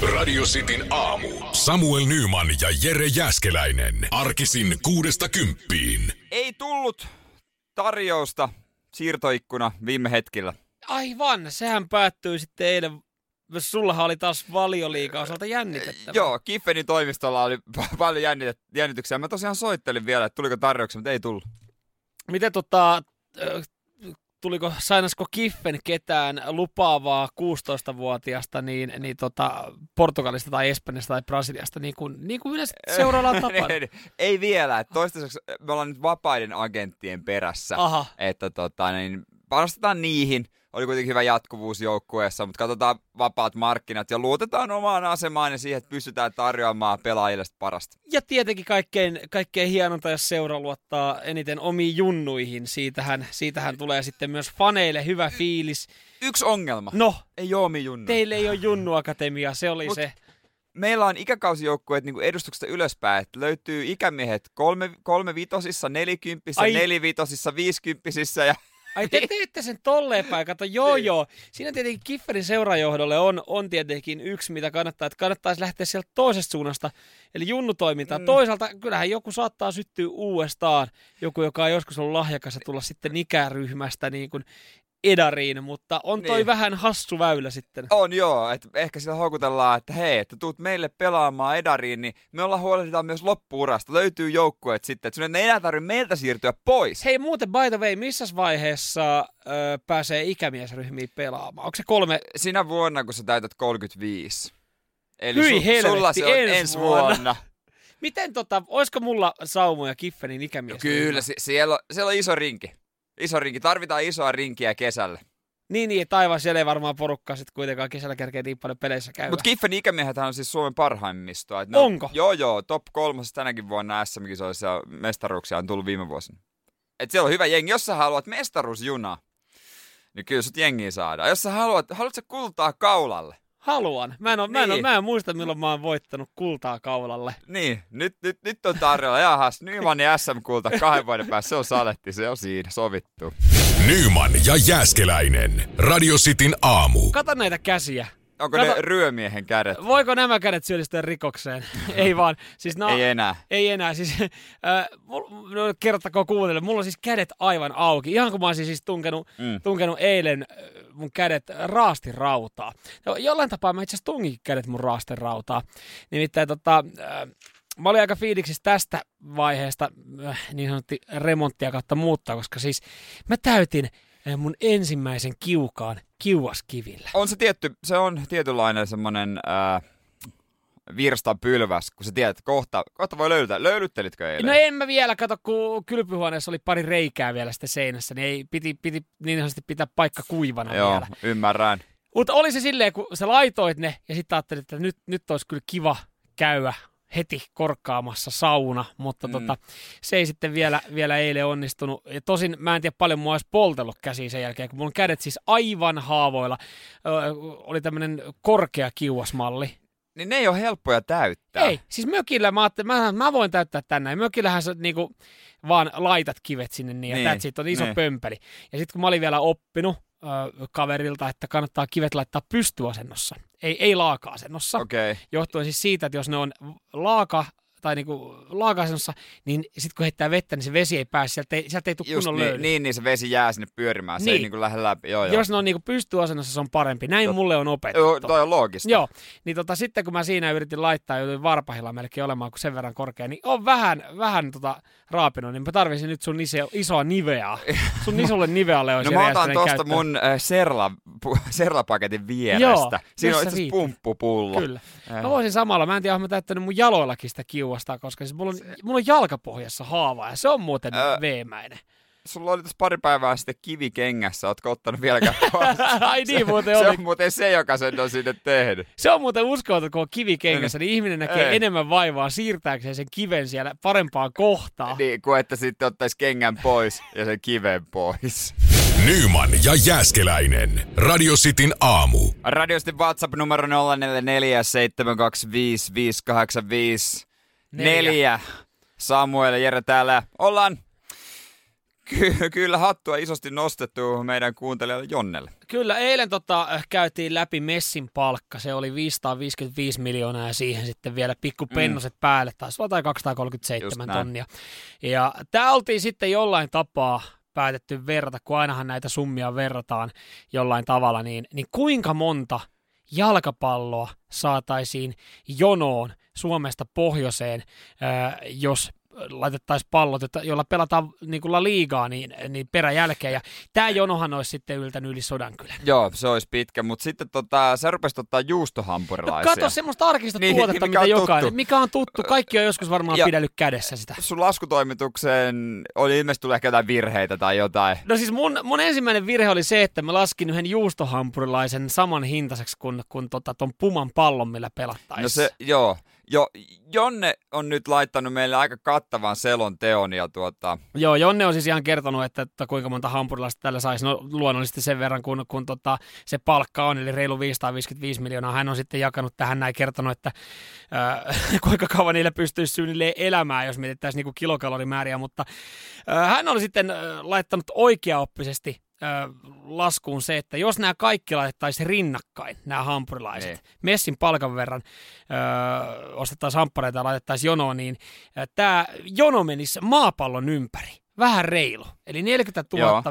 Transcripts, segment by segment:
Radio Cityn aamu. Samuel Nyman ja Jere Jääskeläinen. Arkisin 6–10. Ei tullut tarjousta siirtoikkuna viime hetkellä. Aivan, sehän päättyi sitten eilen. Sullahan oli taas Valioliigan osalta jännitettävä. Joo, Kiffenin toimistolla oli paljon jännityksiä. Mä tosiaan soittelin vielä, että tuliko tarjouksia, mutta ei tullut. Miten sainasko Kiffen ketään lupaavaa 16-vuotiasta niin Portugalista tai Espanjasta tai Brasiliasta, niin kuin yleensä seuraillaan tapana? Ei vielä. Että toistaiseksi me ollaan nyt vapaiden agenttien perässä. Aha. Että panostetaan niihin. Oli kuitenkin hyvä jatkuvuus joukkueessa, mutta katsotaan vapaat markkinat ja luotetaan omaan asemaan ja siihen, että pystytään tarjoamaan pelaajille parasta. Ja tietenkin kaikkein hienonta, jos seura luottaa eniten omiin junnuihin. Siitähän tulee sitten myös faneille hyvä fiilis. Yksi ongelma. No, ei ole omiin junnuja. Teille ei ole junnuakatemia, se oli se. Meillä on ikäkausijoukkueet niin edustuksesta ylöspäin, että löytyy ikämiehet 3-vitosissa, 40-sissä, 4-vitosissa, 50-sissä ja... Ai te teette sen tolleen päin, kato, joo. Siinä tietenkin Kifferin seurajohdolle on tietenkin yksi, mitä kannattaisi lähteä sieltä toisesta suunnasta, eli junnutoimintaan. Toisaalta kyllähän joku saattaa syttyä uudestaan, joku, joka on joskus ollut lahjakas ja tulla sitten ikäryhmästä niin kuin edariin, mutta on toi niin vähän hassu väylä sitten. On joo, että ehkä sillä houkutellaan, että hei, että tuut meille pelaamaan edariin, niin me huolehditaan myös loppuurasta. Löytyy joukkueet sitten, että sun ei enää tarvitse meiltä siirtyä pois. Hei muuten, by the way, missä vaiheessa pääsee ikämiesryhmiin pelaamaan? Onko se 3? Sinä vuonna, kun sä täytät 35. Eli hyi helvetti, sulla se on ensi vuonna. Miten olisiko mulla saumoja Kiffenin ikämies? Kyllä, siellä on iso rinki. Iso rinki. Tarvitaan isoa rinkiä kesällä. Niin, että aivan siellä ei varmaan porukkaa sitten kuitenkaan kesällä kerkeä niin paljon peleissä käydä. Mutta Kiffenin ikämiehethän on siis Suomen parhaimmistoa. Onko? Joo, top 3 tänäkin vuonna SM-kisoissa ja mestaruuksia on tullut viime vuosina. Et siellä on hyvä jengi. Jos sä haluat mestaruusjunaa, niin kyllä sut jengiä saadaan. Jos sä haluatko sä kultaa kaulalle? Haluan. Mä en muista, milloin mä oon voittanut kultaa kaulalle. Niin, nyt on tarjolla. Jahas, Nymanin SM-kulta 2 vuoden päässä. Se on saletti, se on siinä sovittu. Nyman ja Jääskeläinen. Radio Cityn aamu. Kato näitä käsiä. Onko ne ryömiehen kädet? Voiko nämä kädet syyllistyä rikokseen? Ei vaan. Siis Ei enää. Siis, kerrottakoon kuuntele. Mulla on siis kädet aivan auki. Ihan kun mä olisin siis tunkenut eilen mun kädet raastirautaa. Jollain tapaa mä itse asiassa tunginkin kädet mun raastirautaa. Nimittäin mä olin aika fiiliksissä tästä vaiheesta niin sanottu remonttia kautta muuttaa, koska siis mä täytin mun ensimmäisen kiukaan kiuaskivillä. Se on tietynlainen semmoinen virstanpylväs, kun sä tiedät, että kohta voi löytää. Löylyttelitkö eilen? No en mä vielä, kato, kun kylpyhuoneessa oli pari reikää vielä sitten seinässä, niin piti niin sanotusti pitää paikka kuivana Joo, vielä. ymmärrän. Mutta oli se silleen, kun sä laitoit ne ja sitten ajattelit, että nyt olisi kyllä kiva käydä heti korkkaamassa sauna, mutta se ei sitten vielä eilen onnistunut. Ja tosin mä en tiedä paljon mua olisi poltellut käsiä sen jälkeen, kun mun kädet siis aivan haavoilla. Oli tämmönen korkea kiuasmalli. Niin ne ei ole helppoja täyttää. Ei, siis mökillä mä ajattelin, mä voin täyttää tänne. Mökillähän sä niinku vaan laitat kivet sinne niin, ja siitä on iso pömpeli. Ja sitten kun mä olin vielä oppinut kaverilta, että kannattaa kivet laittaa pystyasennossa, ei laaka-asennossa. Okay. Johtuen siis siitä, että jos ne on laaka-asennossa, niin sitten kun heittää vettä, niin se vesi ei pääse, sieltä ei tule kunnon löydy. Niin se vesi jää sinne pyörimään, se ei lähde läpi. Joo. Jos ne on pystyasennossa, se on parempi. Näin mulle on opetettu. Joo, toi on loogista. Joo, niin sitten kun mä siinä yritin laittaa, joutuin varpahilla melkein olemaan, kun sen verran korkea, niin on vähän raapinut, niin mä tarvitsin nyt sun isoa niveaa. Sun isolle nivealle olisi mä otan tosta mun Serla-paketin vierestä. Joo, siinä on itse asiassa pumppupullo. Kyllä. Mä voisin samalla, mä en tiedä, onko mä täyttänyt mun jaloillakin sitä kiuasta, koska siis mulla on jalkapohjassa haava ja se on muuten veemäinen. Sulla oli tässä pari päivää sitten kivikengässä, ootko ottanut vieläkään Ai niin muuten oli. Se on muuten se, joka sen on sinne tehnyt. Se on muuten uskomaton, kun on kivikengässä, niin ihminen näkee enemmän vaivaa siirtääkseen sen kiven siellä parempaan kohtaan. Niin, kuin että sitten ottaisi kengän pois ja sen kiven pois. Nyman ja Jääskeläinen. Radio Cityn aamu. Radio Cityn WhatsApp-numero 044 725 585 4. Samuel ja Jere täällä. Ollaan Kyllä hattua isosti nostettu meidän kuuntelijalle Jonnelle. Kyllä, eilen käytiin läpi Messin palkka. Se oli 555 miljoonaa ja siihen sitten vielä pikkupennoset päälle. Taisi olla tai 237 tonnia. Ja tämä oltiin sitten jollain tapaa päätetty verrata, kun ainahan näitä summia verrataan jollain tavalla, niin kuinka monta jalkapalloa saataisiin jonoon Suomesta pohjoiseen, jos laitettaisiin pallot, jolla pelataan niin kuin La Ligaa niin peräjälkeen. Ja tämä jonohan olisi sitten yltänyt yli Sodankylän. Joo, se olisi pitkä, mutta sitten sä rupesit ottaa juustohampurilaisia. No kato semmoista arkista tuotetta, mitä jokainen. Mikä on tuttu. Kaikki on joskus varmaan pidellyt kädessä sitä. Sun laskutoimitukseen oli ilmeisesti tullut ehkä jotain virheitä tai jotain. No siis mun ensimmäinen virhe oli se, että mä laskin yhden juustohampurilaisen saman hintaiseksi kuin ton Puman pallon, millä pelattaisiin. No se, joo. Jonne on nyt laittanut meille aika kattavan selonteon. Ja Joo, Jonne on siis ihan kertonut, että kuinka monta hampurilaista tällä saisi. No luonnollisesti sen verran, kun se palkka on, eli reilu 555 miljoonaa. Hän on sitten jakanut tähän näin, kertonut, että kuinka kauan niillä pystyisi suunnilleen elämään, jos mietittäisiin niin kuin kilokalorimääriä. Mutta hän on sitten laittanut oikeaoppisesti laskuun se, että jos nämä kaikki laitettaisiin rinnakkain, nämä hampurilaiset, Messin palkan verran ostettaisiin hamppareita ja laitettaisiin jonoon, niin tämä jono menisi maapallon ympäri. Vähän reilu. Eli 40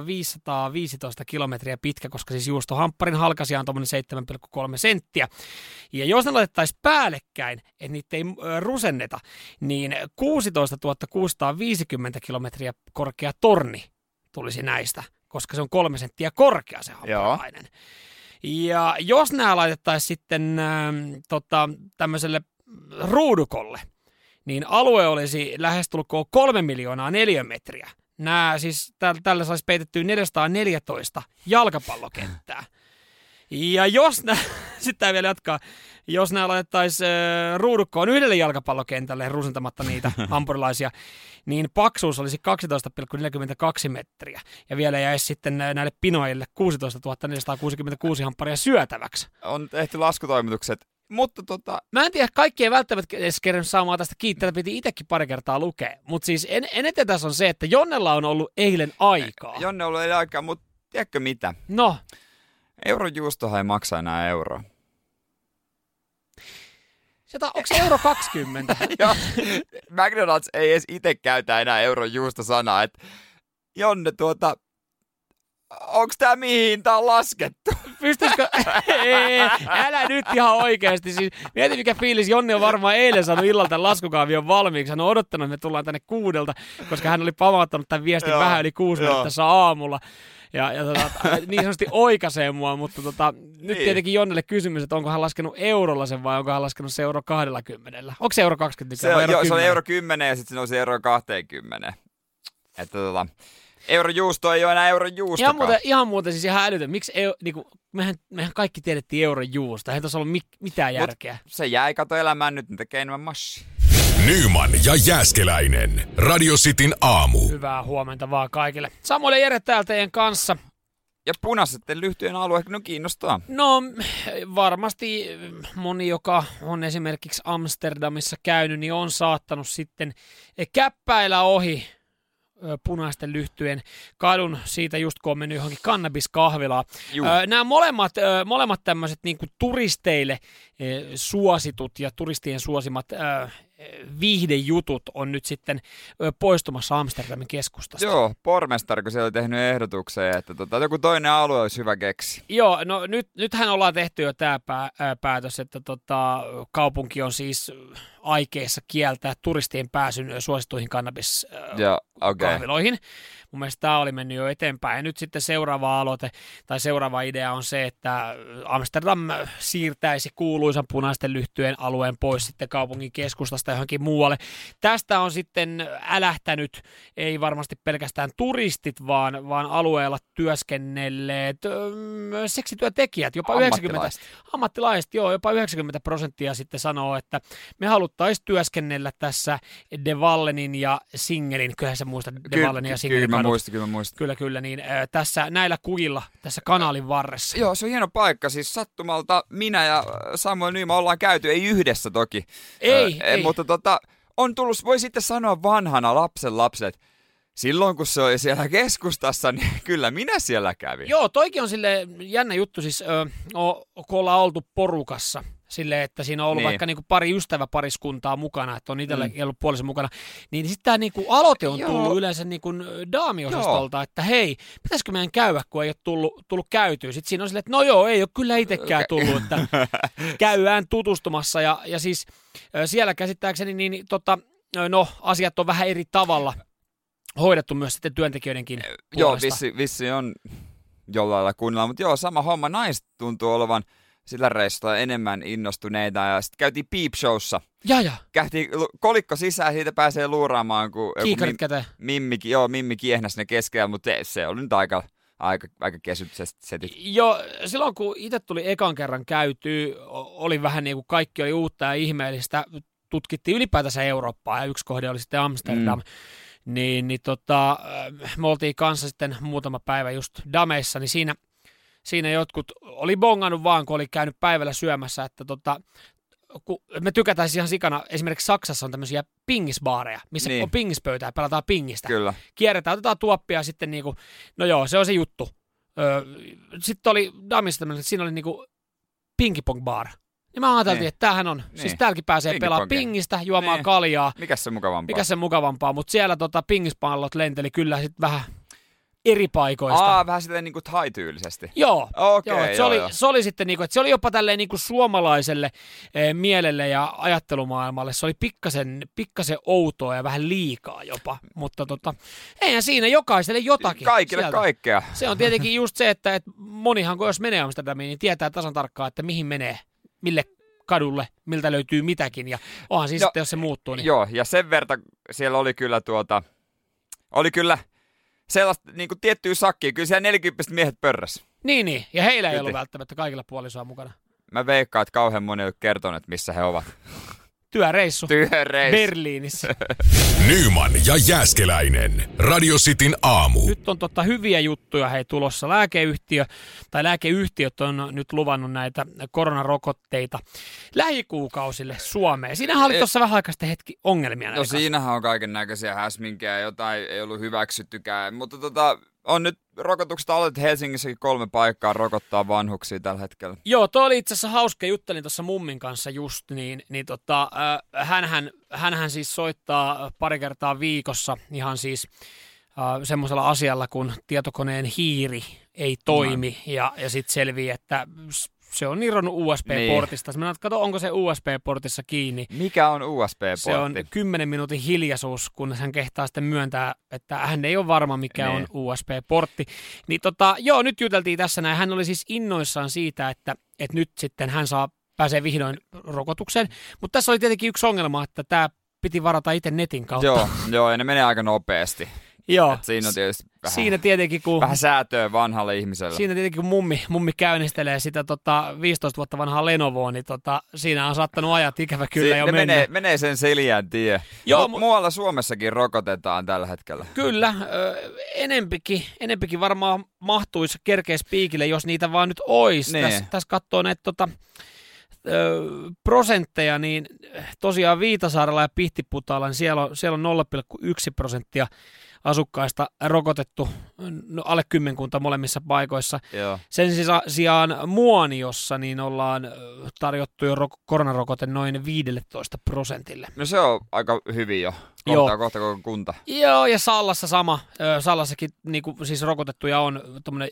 515 kilometriä pitkä, koska siis juustohampparin halkasia on tuommoinen 7,3 senttiä. Ja jos ne laitettaisiin päällekkäin, että niitä ei rusenneta, niin 16 650 kilometriä korkea torni tulisi näistä, koska se on 3 senttiä korkea se hampurilainen. Ja jos nämä laitettaisiin sitten tämmöiselle ruudukolle, niin alue olisi lähestulkoon 3 miljoonaa neliömetriä. Nämä siis tällä saisi peitettyä 414 jalkapallokenttää. Ja jos nämä, sitten tämä vielä jatkaa, jos nämä laitettaisiin ruudukkoon yhdelle jalkapallokentälle rusentamatta niitä hampurilaisia, niin paksuus olisi 12,42 metriä. Ja vielä jäisi sitten näille pinoajille 16 466 hampparia syötäväksi. On tehty laskutoimitukset. Mutta Mä en tiedä, kaikki ei välttämättä edes kerran saamaan tästä kiittää, piti itsekin pari kertaa lukea. Mutta siis eniten tässä on se, että Jonnella on ollut eilen aikaa. Jonne on ollut eilen aikaa, mutta tiedätkö mitä? No? Eurojuustohan ei maksa enää euroa. Onko se euro 20? Joo, McDonald's ei edes itse käytä enää eurojuusto-sanaa. Jonne, onko tämä mihin hintaan on laskettu? Pystyisikö? Älä nyt ihan oikeasti. Siis, mieti mikä fiilis. Jonne on varmaan eilen saanut illalta tämän laskukaavion valmiiksi. Hän on odottanut, että me tullaan tänne 6, koska hän oli pamauttanut tämän viestin vähän yli 6 tässä aamulla. Ja niin sanotusti oikaisee mua, mutta nyt tietenkin Jonnelle kysymys, että onko hän laskenut eurolla sen vai onko hän laskenut se euro 20. Onko se euro 20? Se on euro 10 ja sitten se nousi euro 20. Että eurojuusto ei ole enää eurojuustokaan. Ihan muuten siis ihan älytön. Miksi mehän kaikki tiedettiin eurojuusto. Eihän tuossa ollut mitään järkeä. Se jäi kato elämään nyt, ne tekee enemmän massia. Nyman ja Jääskeläinen. Radio Cityn aamu. Hyvää huomenta vaan kaikille. Samuel ja Jere täällä teidän kanssa. Ja punaisten lyhtyjen alue, no kiinnostaa. No varmasti moni, joka on esimerkiksi Amsterdamissa käynyt, niin on saattanut sitten käppäillä ohi punaisten lyhtyjen kadun siitä just kun on mennyt johonkin kannabiskahvilaan. Nämä molemmat tämmöiset niin kuin turisteille suositut ja turistien suosimat viihdejutut on nyt sitten poistumassa Amsterdamin keskustasta. Joo, pormestari, kun siellä oli tehnyt ehdotuksen, että joku toinen alue olisi hyvä keksi. Joo, no nythän ollaan tehty jo tämä päätös, että kaupunki on siis aikeissa kieltää turistien pääsyn suosituihin kannabiskahviloihin. Mun mielestä tämä oli mennyt jo eteenpäin. Ja nyt sitten seuraava aloite tai seuraava idea on se, että Amsterdam siirtäisi kuuluisan punaisten lyhtyjen alueen pois sitten kaupungin keskustasta johonkin muualle. Tästä on sitten älähtänyt ei varmasti pelkästään turistit, vaan alueella työskennelleet seksityötekijät, jopa 90%, jopa 90% sitten sanoo, että me haluttaisiin työskennellä tässä De Wallenin ja Singelin, kyllähän sä muistat De Wallenin ja Singelin. Kyllä muistin. Kyllä, niin tässä näillä kujilla, tässä kanaalin varressa. Joo, se on hieno paikka. Siis sattumalta minä ja Samuel Nyman ollaan käyty, ei yhdessä toki. Ei. Mutta on tullut, voi sitten sanoa vanhana lapsen lapselle, että silloin kun se oli siellä keskustassa, niin kyllä minä siellä kävin. Joo, toikin on sille jännä juttu, siis kun ollaan oltu porukassa, silleen, että siinä on ollut vaikka niinku pari ystäväpariskuntaa mukana, että on itsellä ollut puolisen mukana, niin sitten tämä niinku aloite on tullut yleensä niinku daamiosastolta, että hei, pitäisikö meidän käydä, kun ei ole tullut käytyä. Sitten siinä on silleen, että no joo, ei ole kyllä itsekään tullut, että käydään tutustumassa. Ja siis siellä käsittääkseni, niin asiat on vähän eri tavalla hoidettu myös sitten työntekijöidenkin puolesta. Joo, vissi on jollain lailla kunnalla, mutta joo, sama homma. Naiset tuntuu olevan sillä reissulla enemmän innostuneita, ja sitten käytiin Peep Showssa. Ja. Käytiin kolikko sisään, siitä pääsee luuraamaan, kun Mimmi kiehnäsi ne keskellä, mutta se oli nyt aika kesyt setit. Joo, silloin kun itse tuli ekan kerran käytyy, oli vähän niin kuin kaikki oli uutta ja ihmeellistä. Tutkittiin ylipäätänsä Eurooppaa, ja yksi kohde oli sitten Amsterdam. Niin, me oltiin kanssa sitten muutama päivä just Dameissa, niin siinä jotkut oli bongannut vaan, kun oli käynyt päivällä syömässä, että kun me tykätään ihan sikana, esimerkiksi Saksassa on tämmöisiä pingisbaareja, missä on pingispöytää ja pelataan pingistä. Kyllä. Kierretään, otetaan tuoppia ja sitten niinku, no joo, se on se juttu. Sitten oli Damissa tämmöinen, että siinä oli niinku pingipong-bar. Ja mä ajattelin, että tämähän on, siis täälläkin pääsee pelaamaan pingistä, juomaan kaljaa. Mikäs se mukavampaa? Mutta siellä pingispallot lenteli kyllä sitten vähän eri paikoista. Vähän sitten niinku thai-tyylisesti. Joo. Okei, se oli sitten niinku, että se oli jopa tälleen niinku suomalaiselle mielelle ja ajattelumaailmalle. Se oli pikkasen outoa ja vähän liikaa jopa, mutta eihän siinä jokaiselle jotakin. Kaikille sieltä. Kaikkea. Se on tietenkin just se, että monihan kun jos menee Amsterdamiin, niin tietää tasan tarkkaan, että mihin menee, mille kadulle, miltä löytyy mitäkin, ja onhan siis sitten, jos se muuttuu. Niin... Joo, ja sen verta siellä oli kyllä sellaista niin kuin tiettyä sakkia, kyllä siellä 40 miehet pörräs. Niin, ja heillä ei ollut välttämättä kaikilla puolisoa mukana. Mä veikkaan, että kauhean moni ei ole kertonut, missä he ovat. Työreissu. Berliinissä. Nyman ja Jääskeläinen. Radio Cityn aamu. Nyt on hyviä juttuja tulossa. Lääkeyhtiöt on nyt luvannut näitä koronarokotteita lähikuukausille Suomeen. Siinähän oli tuossa vähän aikaa hetki ongelmia. No siinähän on kaiken näköisiä häsminkejä, jotain ei ollut hyväksyttykään, mutta on nyt rokotukset aloitettu Helsingissäkin 3 paikkaa rokottaa vanhuksia tällä hetkellä. Joo, toi oli itse asiassa hauska. Juttelin tuossa mummin kanssa just, hänhän siis soittaa pari kertaa viikossa ihan siis semmoisella asialla, kun tietokoneen hiiri ei toimi ja sitten selviää, että se on irronnut USB-portista. Mä kato, onko se USB-portissa kiinni. Mikä on USB-portti? Se on 10 minuutin hiljaisuus, kun hän kehtaa sitten myöntää, että hän ei ole varma, mikä on USB-portti. Niin joo, nyt juteltiin tässä näin. Hän oli siis innoissaan siitä, että nyt sitten hän pääsee vihdoin rokotukseen. Mutta tässä oli tietenkin yksi ongelma, että tämä piti varata itse netin kautta. Joo, ja ne menee aika nopeasti. Joo. Siinä on tietysti vähän säätöä vanhalle ihmiselle. Siinä tietenkin kun mummi käynnistelee sitä 15 vuotta vanhaa Lenovoa, niin siinä on saattanut ajat ikävä kyllä jo mennä. Menee sen seljään tie. Joo, muualla Suomessakin rokotetaan tällä hetkellä. Kyllä, enempikin varmaan mahtuisi kerkeäs piikille, jos niitä vaan nyt olisi. Niin. Tässä katsoo näitä prosentteja, niin tosiaan Viitasaarella ja Pihtiputaalla, niin siellä on 0,1% asukkaista rokotettu, alle 10 molemmissa paikoissa. Joo. Sen sijaan Muoniossa niin ollaan tarjottu jo koronarokote noin 15%. No se on aika hyvin jo. Kohta koko kunta. Joo, ja Sallassa sama. Sallassakin siis rokotettuja on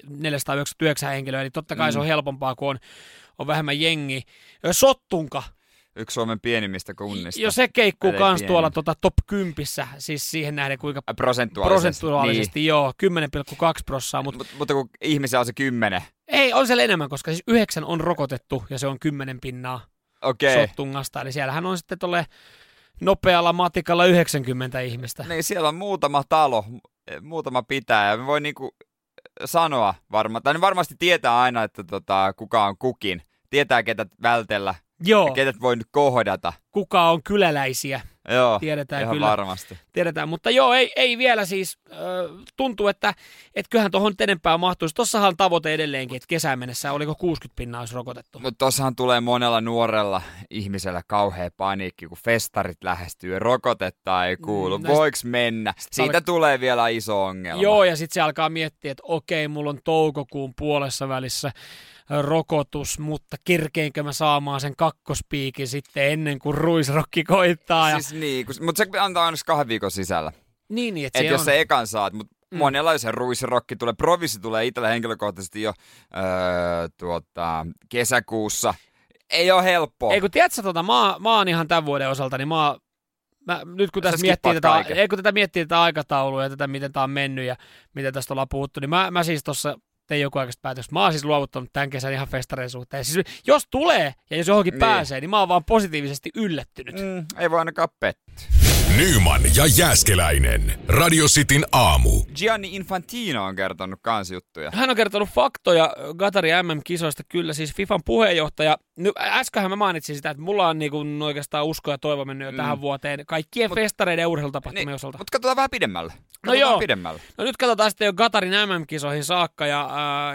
499 henkilöä, eli totta kai se on helpompaa, kun on vähemmän jengi. Sottunka. Yksi Suomen pienimmistä kunnista. Jo se keikkuu kans tuolla top 10, siis siihen nähden kuinka prosentuaalisesti niin. Joo, 10,2%. Mutta kun ihmisiä on se 10. Ei, on siellä enemmän, koska siis 9 on rokotettu ja se on 10% Sottungasta. Eli siellähän on sitten nopealla matikalla 90 ihmistä. Niin, siellä on muutama talo, muutama pitää ja me voi sanoa varmasti tietää aina, että kuka on kukin. Tietää, ketä vältellä. Joo. Ja ketä voi nyt kohdata. Kuka on kyläläisiä. Joo, tiedetään ihan kyllä. varmasti. Tiedetään, mutta joo, ei vielä siis. Tuntuu, että kyllähän tuohon enempää mahtuisi. Tossahan on tavoite edelleenkin, että kesään mennessä oliko 60% olisi rokotettu. Mutta tossahan tulee monella nuorella ihmisellä kauhea paniikki, kun festarit lähestyy ja rokotetta ei kuulu. Voiks mennä? Siitä tulee vielä iso ongelma. Joo, ja sitten se alkaa miettiä, että okei, mulla on toukokuun puolessa välissä rokotus, mutta kerkeenkö mä saamaan sen kakkospiikin sitten ennen kuin ruisrokki koittaa. Siis niin, mutta se antaa aina 2 viikon sisällä. Niin, että jos se ekan saat, mutta monella se ruisrokki tulee, provissi tulee itsellä henkilökohtaisesti jo kesäkuussa. Ei ole helppoa. Ei kun tiedätkö, mä oon ihan tämän vuoden osalta, niin nyt kun tässä miettii tätä aikataulua ja tätä, miten tää on mennyt ja miten tästä ollaan puhuttu, niin mä siis tuossa tein joku aikaista päätöstä. Mä oon siis luovuttanut tämän kesän ihan festareiden suhteen. Siis jos tulee ja jos johonkin pääsee, niin mä oon vaan positiivisesti yllättynyt. Ei voi ainakaan pettyä. Nyman ja Jääskeläinen. Radio Cityn aamu. Gianni Infantino on kertonut kans juttuja. Hän on kertonut faktoja Qatarin MM-kisoista, kyllä, siis FIFAn puheenjohtaja. Äskenhän mä mainitsin sitä, että mulla on niinku oikeastaan usko ja toivo mennyt jo tähän vuoteen kaikkien festareiden ja urheilutapahtumien osalta. Mutta katsotaan vähän pidemmälle. No nyt katsotaan sitten jo Qatarin MM-kisoihin saakka ja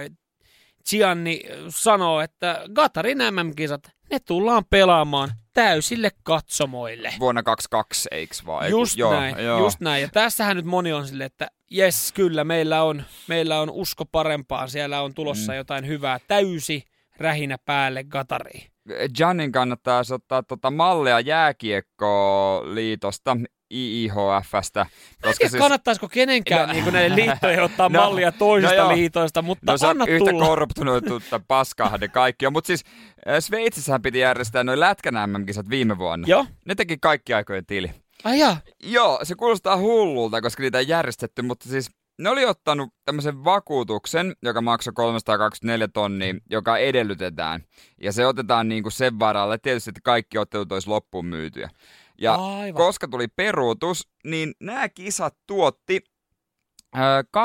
Gianni sanoo, että Qatarin MM-kisat, ne tullaan pelaamaan täysille katsomoille. Vuonna 2022, eiks vaan? Just näin. Ja tässähän nyt moni on silleen, että jes, kyllä, meillä on usko parempaan. Siellä on tulossa jotain hyvää. Täysi rähinä päälle Qatariin. Giannin kannattaa ottaa mallia jääkiekkoliitosta, IIHF:stä. Kannattaisiko kenenkään niin näille liittojen ottaa mallia toisista liitoista, mutta se anna on yhtä tulla. korruptoitunutta paskaa ne kaikki on. Mutta siis Sveitsissähän piti järjestää noin lätkän MM-kisat viime vuonna. Joo. Ne teki kaikki aikojen tili. Ai jaa. Joo, se kuulostaa hullulta, koska niitä ei järjestetty, mutta siis ne oli ottanut tämmöisen vakuutuksen, joka maksoi 324 tonnia, joka edellytetään. Ja se otetaan niinku sen varalle, tietysti, että kaikki ottelut olisi loppuun myytyjä. Ja koska tuli peruutus, niin nämä kisat tuotti 12,4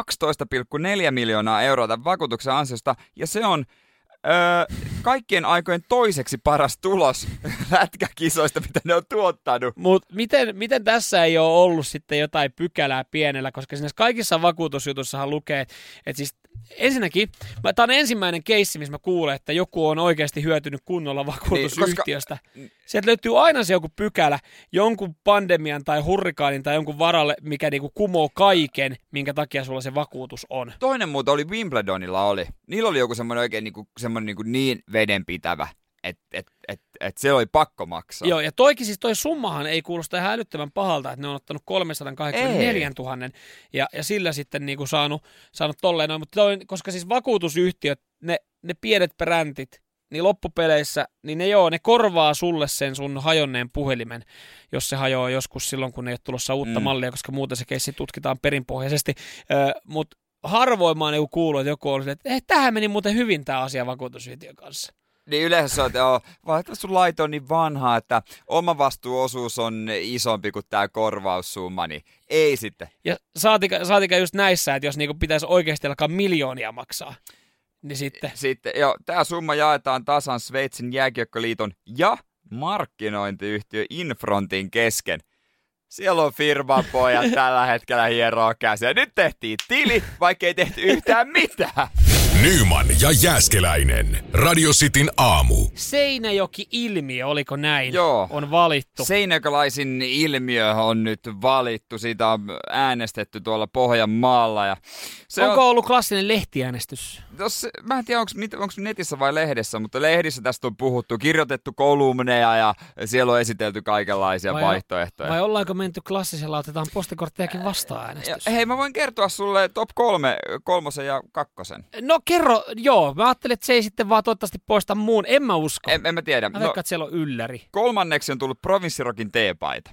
miljoonaa euroa tämän vakuutuksen ansiosta, ja se on kaikkien aikojen toiseksi paras tulos lätkäkisoista, mitä ne on tuottanut. Mutta miten tässä ei ole ollut sitten jotain pykälää pienellä, koska siinä kaikissa vakuutusjutussahan lukee, että siis ensinnäkin, tämä on ensimmäinen keissi, missä mä kuulen, että joku on oikeasti hyötynyt kunnolla vakuutusyhtiöstä. Sieltä löytyy aina se joku pykälä, jonkun pandemian tai hurrikaanin tai jonkun varalle, mikä niinku kumoo kaiken, minkä takia sulla se vakuutus on. Toinen muuta oli Wimbledonilla oli. Niillä oli joku semmoinen oikein niin vedenpitävä, että se oli pakko maksaa. Joo, ja toi summahan ei kuulosta ihan älyttömän pahalta, että ne on ottanut 324 000 ja sillä sitten niinku saanut tolleen noin, mutta koska siis vakuutusyhtiöt, ne pienet bräntit, niin loppupeleissä, niin ne korvaa sulle sen sun hajonneen puhelimen, jos se hajoaa joskus silloin, kun ei ole tulossa uutta mallia, koska muuten se keissi tutkitaan perinpohjaisesti, mutta harvoin mä oon kuullut, että joku on silleen, että tämähän meni muuten hyvin tämä asia vakuutusyhtiön kanssa. Niin yleensä se on, että sun laito on niin vanha, että oma vastuuosuus on isompi kuin tämä korvaussumma, niin ei sitten. Ja saatika just näissä, että jos niinku pitäisi oikeasti alkaa miljoonia maksaa, niin sitten. Joo, tämä summa jaetaan tasan Sveitsin jääkiekkoliiton ja markkinointiyhtiö Infrontin kesken. Siellä on firman pojat tällä hetkellä hieroa käsiä. Nyt tehtiin tili, vaikka ei tehty yhtään mitään. Nyman ja Jääskeläinen. Radio Cityn aamu. Seinäjoki-ilmiö, oliko näin? Joo. On valittu. Seinäjokilaisin ilmiö on nyt valittu. Siitä on äänestetty tuolla Pohjanmaalla. Ja onko ollut klassinen lehtiäänestys? Mä en tiedä, onko netissä vai lehdessä, mutta lehdissä tästä on puhuttu, kirjoitettu kolumneja ja siellä on esitelty kaikenlaisia vaihtoehtoja. Vai ollaanko menty klassisella, otetaan postikorttejakin vastaan äänestys? Hei, mä voin kertoa sulle top 3, 3 ja 2. No kerro, joo. Mä ajattelin, että se ei sitten vaan toivottavasti poista muun. En mä usko. En mä tiedä. Mä veikkaan, että siellä on ylläri. 3. on tullut Provinssirokin teepaita.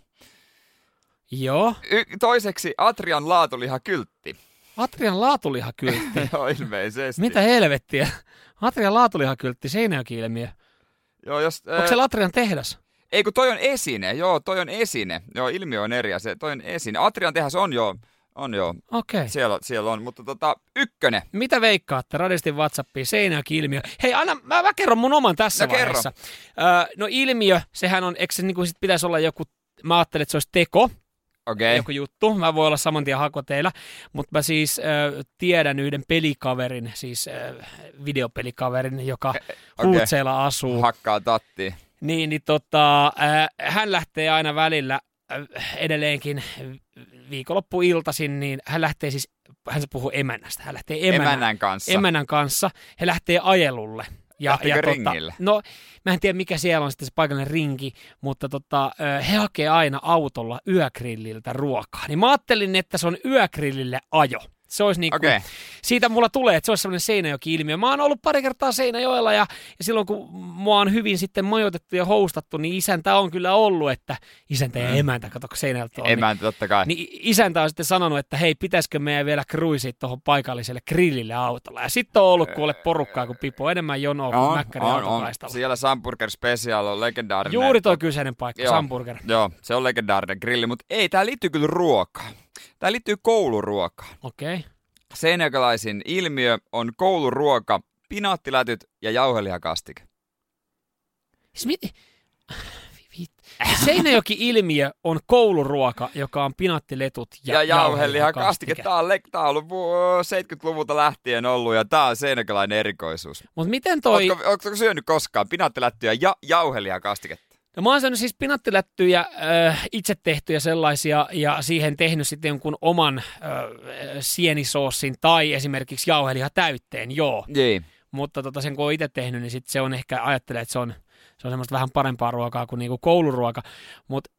Joo. Toiseksi Atrian laatulihakyltti. Atrian laatulihakyltti? Joo, ilmeisesti. Mitä helvettiä? Atrian laatulihakyltti, Seinäjoki-ilmiö. Joo, onko se Atrian tehdas? Ei, kun toi on esine. Joo, toi on esine. Joo, ilmiö on eri asia. Toi on esine. Atrian tehdas on joo. Okei. Siellä on, mutta 1. Mitä veikkaatte? Radistin WhatsAppiin, Seinäjoki-ilmiö. Hei, mä kerron mun oman tässä vaiheessa. No ilmiö, sehän on, eikö se niin kuin sit pitäisi olla joku, mä ajattelin, että se olisi teko. Okay. Joku juttu. Mä voin olla saman tien hakoteilla, mutta mä siis tiedän yhden pelikaverin, siis videopelikaverin, joka Huutseilla asuu. Hakkaa tattiin. Hän lähtee aina välillä edelleenkin viikonloppuiltaisin, niin hän lähtee siis, hän puhuu emännästä, hän lähtee emännän kanssa, he lähtee ajelulle. Lähteekö ringille? No, mä en tiedä mikä siellä on sitten se paikallinen rinki, mutta he hakee aina autolla yögrilliltä ruokaa. Niin mä ajattelin, että se on yögrillille ajo. Se olisi niin kuin, siitä mulla tulee, että se olisi semmoinen Seinäjoki-ilmiö. Mä oon ollut pari kertaa Seinäjoella ja silloin kun mua on hyvin sitten majoitettu ja hostattu, niin isäntä on kyllä ollut, että isäntä ja emäntä, kato kun Seinäjoelta on. Emäntä totta kai. Niin isäntä on sitten sanonut, että hei, pitäisikö meidän vielä cruisia tuohon paikalliselle grillille autolla. Ja sitten on ollut kuule porukkaa kuin pipo, enemmän jonoa kuin mäkkärin autokaistalla. Siellä Samburger Special on legendaarinen. Juuri toi kyseinen paikka, Samburger. Joo, se on legendaarinen grilli, mutta ei, tää liittyy kyllä ruokaan. Tämä liittyy kouluruokaan. Okei. Seinäjokelaisin ilmiö on kouluruoka, pinaattilätyt ja jauhelihakastike. Seinäjoki-ilmiö on kouluruoka, joka on pinaattiletut ja jauhelihakastike. Tämä on ollut 70-luvulta lähtien ollut ja tämä on seinäjokelainen erikoisuus. Mutta miten toi... Ootko syönyt koskaan pinaattilättyjä ja jauhelihakastiketta? No mä oon syönyt siis pinaattilättyjä, itse tehtyjä sellaisia ja siihen tehnyt sitten jonkun oman sienisoossin tai esimerkiksi jauhelihatäytteen, joo. Niin. Mutta sen kun on itse tehnyt, niin sitten se on ehkä, ajattelee, että se on semmoista vähän parempaa ruokaa kuin niinku kouluruoka. Mutta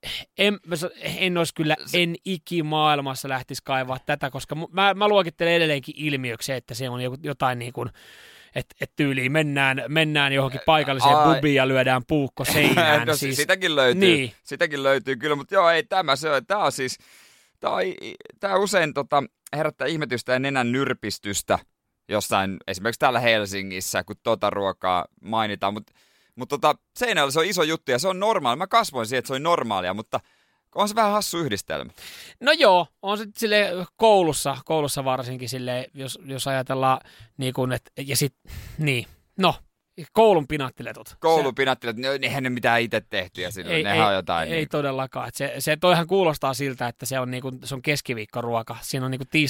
en olisi kyllä, en ikimaailmassa lähtisi kaivaa tätä, koska mä luokittelen edelleenkin ilmiöksi, että se on jotain niin kuin... Että tyyliin mennään johonkin paikalliseen pubiin ja lyödään puukko seinään. No, siis, sitäkin löytyy. Niin. Sitäkin löytyy kyllä, mutta joo, ei tämä se ole. Tämä on siis, tämä usein herättää ihmetystä ja nenän nyrpistystä jossain, esimerkiksi täällä Helsingissä, kun ruokaa mainitaan. Mutta Seinäjoella se on iso juttu ja se on normaali. Mä kasvoin siihen, että se on normaalia, mutta on se vähän hassu yhdistelmä. No joo, on se sille koulussa varsinkin sille, jos ajatellaan niin kuin, ja sit, niin, no, koulun pinaattiletut. Koulun pinaattiletut, eihän ne mitään itse tehty ja silloin nehän on jotain. Ei todellakaan, se toihan kuulostaa siltä, että se on, niin kuin, se on keskiviikkoruoka, siinä on niin kuin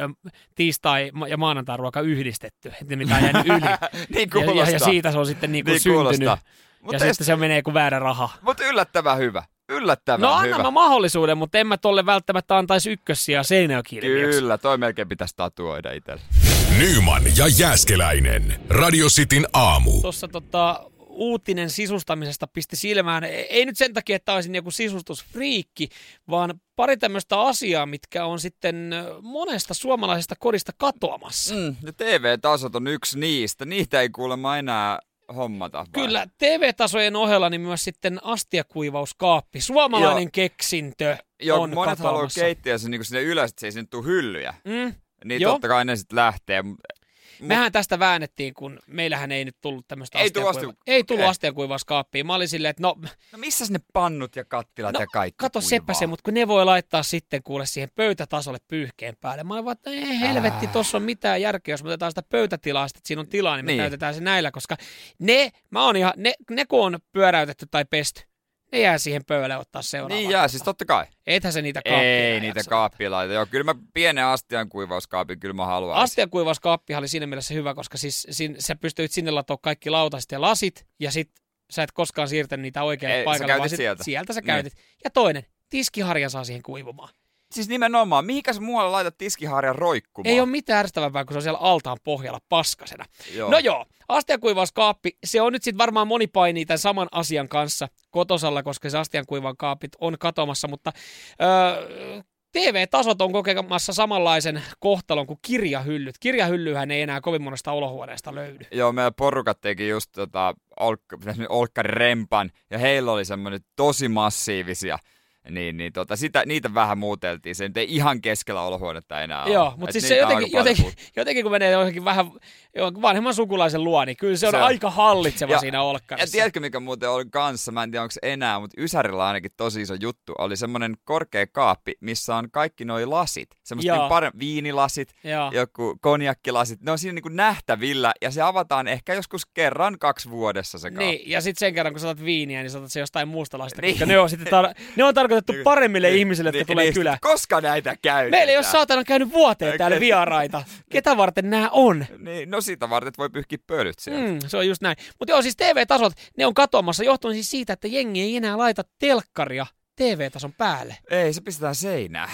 tiistai ja maanantai ruoka yhdistetty, että mitä on jäänyt yli. Niin kuulostaa. Ja siitä se on sitten niin kuin niin syntynyt. Kuulostaa. Ja sitten se menee kuin väärä raha. Mutta yllättävän hyvä. No anna mä mahdollisuuden, mutta en mä tolle välttämättä antaisi ykkössiä Seinäjoki-ilmiöksi. Kyllä, toi melkein pitäisi tatuoida itselle. Nyman ja Jääskeläinen. Radio Cityn aamu. Tuossa uutinen sisustamisesta pisti silmään. Ei nyt sen takia, että olisin joku sisustusfriikki, vaan pari tämmöistä asiaa, mitkä on sitten monesta suomalaisesta kodista katoamassa. Ja TV-tasot on yksi niistä. Niitä ei kuulemma enää hommata. Kyllä, TV-tasojen ohella niin myös sitten astiakuivauskaappi. Suomalainen keksintö on monet katoamassa. haluaa keittiä sen niin sinne ylös, että se ei sinne tule hyllyjä. Niin totta kai ne sitten lähtee. Mehän tästä väännettiin, kun meillähän ei nyt tullut tämmöistä astiankuivauskaappia. Mä olin silleen, että no missä ne pannut ja kattilat ja kaikki kato kuivaa? sepä se, mutta kun ne voi laittaa sitten kuule siihen pöytätasolle pyyhkeen päälle. Mä olin vaan, että ei helvetti, tossa on mitään järkeä, jos me otetaan sitä pöytätilaa, että siinä on tilaa, niin me täytetään se näillä, koska ne kun on pyöräytetty tai pesty, ne jää siihen pöydälle ottaa seuraavaan. Niin jää, siis totta kai. Ethän se niitä kaappia ei niitä kaappia laita. Joo, kyllä mä pienen astiankuivauskaapin kyllä mä haluaisin. Astiankuivauskaappihan oli siinä mielessä hyvä, koska siis sä pystyit sinne latoa kaikki lautaset ja lasit, ja sit sä et koskaan siirtänyt niitä oikealle paikalle, vaan sieltä sä käytit. Ja toinen, tiskiharja saa siihen kuivumaan. Siis nimenomaan, mihinkäs muualle laitat tiskiharjan roikkumaan? Ei ole mitään ärsyttävämpää, kun se on siellä altaan pohjalla paskasena. No joo, astiankuivauskaappi, se on nyt sitten varmaan moni painii tämän saman asian kanssa kotosalla, koska se astiankuivauskaapit on katoamassa, mutta TV-tasot on kokemassa samanlaisen kohtalon kuin kirjahyllyt. Kirjahyllyhän ei enää kovin monesta olohuoneesta löydy. Joo, meidän porukat teki just olkkarirempan, ja heillä oli semmoinen tosi massiivisia. Niitä vähän muuteltiin. Se nyt ei ihan keskellä olohuonetta enää ole. Joo, mutta siis se jotenkin kun menee johonkin vähän vanhemman sukulaisen luo, niin kyllä se on aika hallitseva siinä olkkarissa. Ja tiedätkö mikä muuten oli kanssa, mä en tiedä onko enää, mutta Ysärillä ainakin tosi iso juttu. Oli semmoinen korkea kaappi, missä on kaikki noi lasit. Semmoiset niin viinilasit, joku konjakkilasit. Ne on siinä niin nähtävillä ja se avataan ehkä joskus 1-2 vuodessa se kaappi. Niin, ja sitten sen kerran kun saatat viiniä, niin saatat se jostain muusta lasista. Niin. Ne on tarkoitettu tarkoitettu paremmille ihmisille, jotka tulee kylään. Koska näitä käytetään? Meillä ei ole saatana käynyt vuoteen täällä vieraita. Ketä varten nämä on? Niin, no sitä varten, että voi pyyhkiä pölyt sieltä. Se on just näin. Mutta joo, siis TV-tasot, ne on katoamassa johtuen siis siitä, että jengi ei enää laita telkkaria TV-tason päälle. Ei, se pistetään seinään.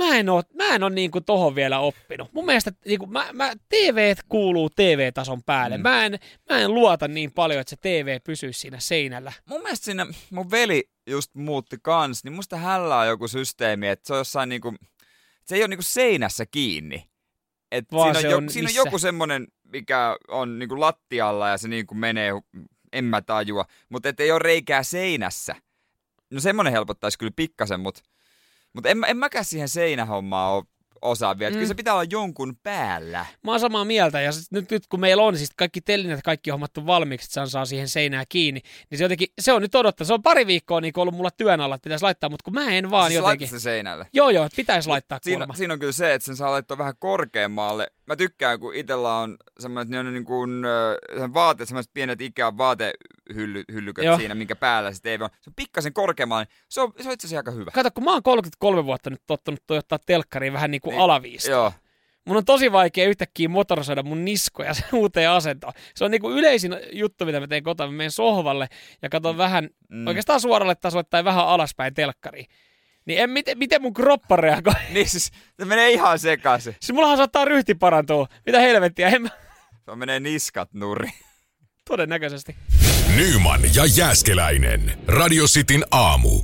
Mä en ole niinku tohon vielä oppinut. Mun mielestä niinku, TV kuuluu TV-tason päälle. Mä en luota niin paljon, että se TV pysyisi siinä seinällä. Mun mielestä siinä mun veli just muutti kans, niin musta hällä on joku systeemi, että se on jossain niinku, se ei ole niinku seinässä kiinni. Et siinä on joku semmonen, mikä on niinku lattialla ja se niinku menee, en mä tajua, mutta et ei ole reikää seinässä. No semmonen helpottaisi kyllä pikkasen, mutta en mäkään siihen seinähommaan osaa vielä. Kyllä se pitää olla jonkun päällä. Mä oon samaa mieltä, ja nyt kun meillä on siis kaikki telineet, kaikki hommattu valmiiksi, että saa siihen seinään kiinni, niin se on nyt odottaa. Se on pari viikkoa niin ollut mulla työn alla, että pitäisi laittaa, mutta kun mä en vaan siis jotenkin. Siis seinälle? Joo, pitäisi laittaa kulma. Siinä on kyllä se, että sen saa laittaa vähän korkeammalle. Mä tykkään, kun itsellä on semmoinen, että ne on niin kuin vaateet, semmoiset pienet Ikean vaatehyllyköt siinä, minkä päällä se TV on. Se on pikkasen korkeammalle. Se on itse asiassa aika hyvä. Kato, kun mä oon 33 vuotta nyt tottunut toivottaa telkkariin vähän niin kuin alaviista. Joo. Mun on tosi vaikea yhtäkkiä motorisoida mun niskoja sen uuteen asentoon. Se on niinku yleisin juttu, mitä mä teen kotona. Mä menen sohvalle ja katson vähän oikeastaan suoralle tasolle tai vähän alaspäin telkkariin. Niin miten mun kroppa reagoi? Niin siis, se menee ihan sekaisin. Siis mullahan saattaa ryhti parantua. Mitä helvettiä, Se menee niskat nurin. Todennäköisesti. Nyman ja Jääskeläinen. Radio Cityn aamu.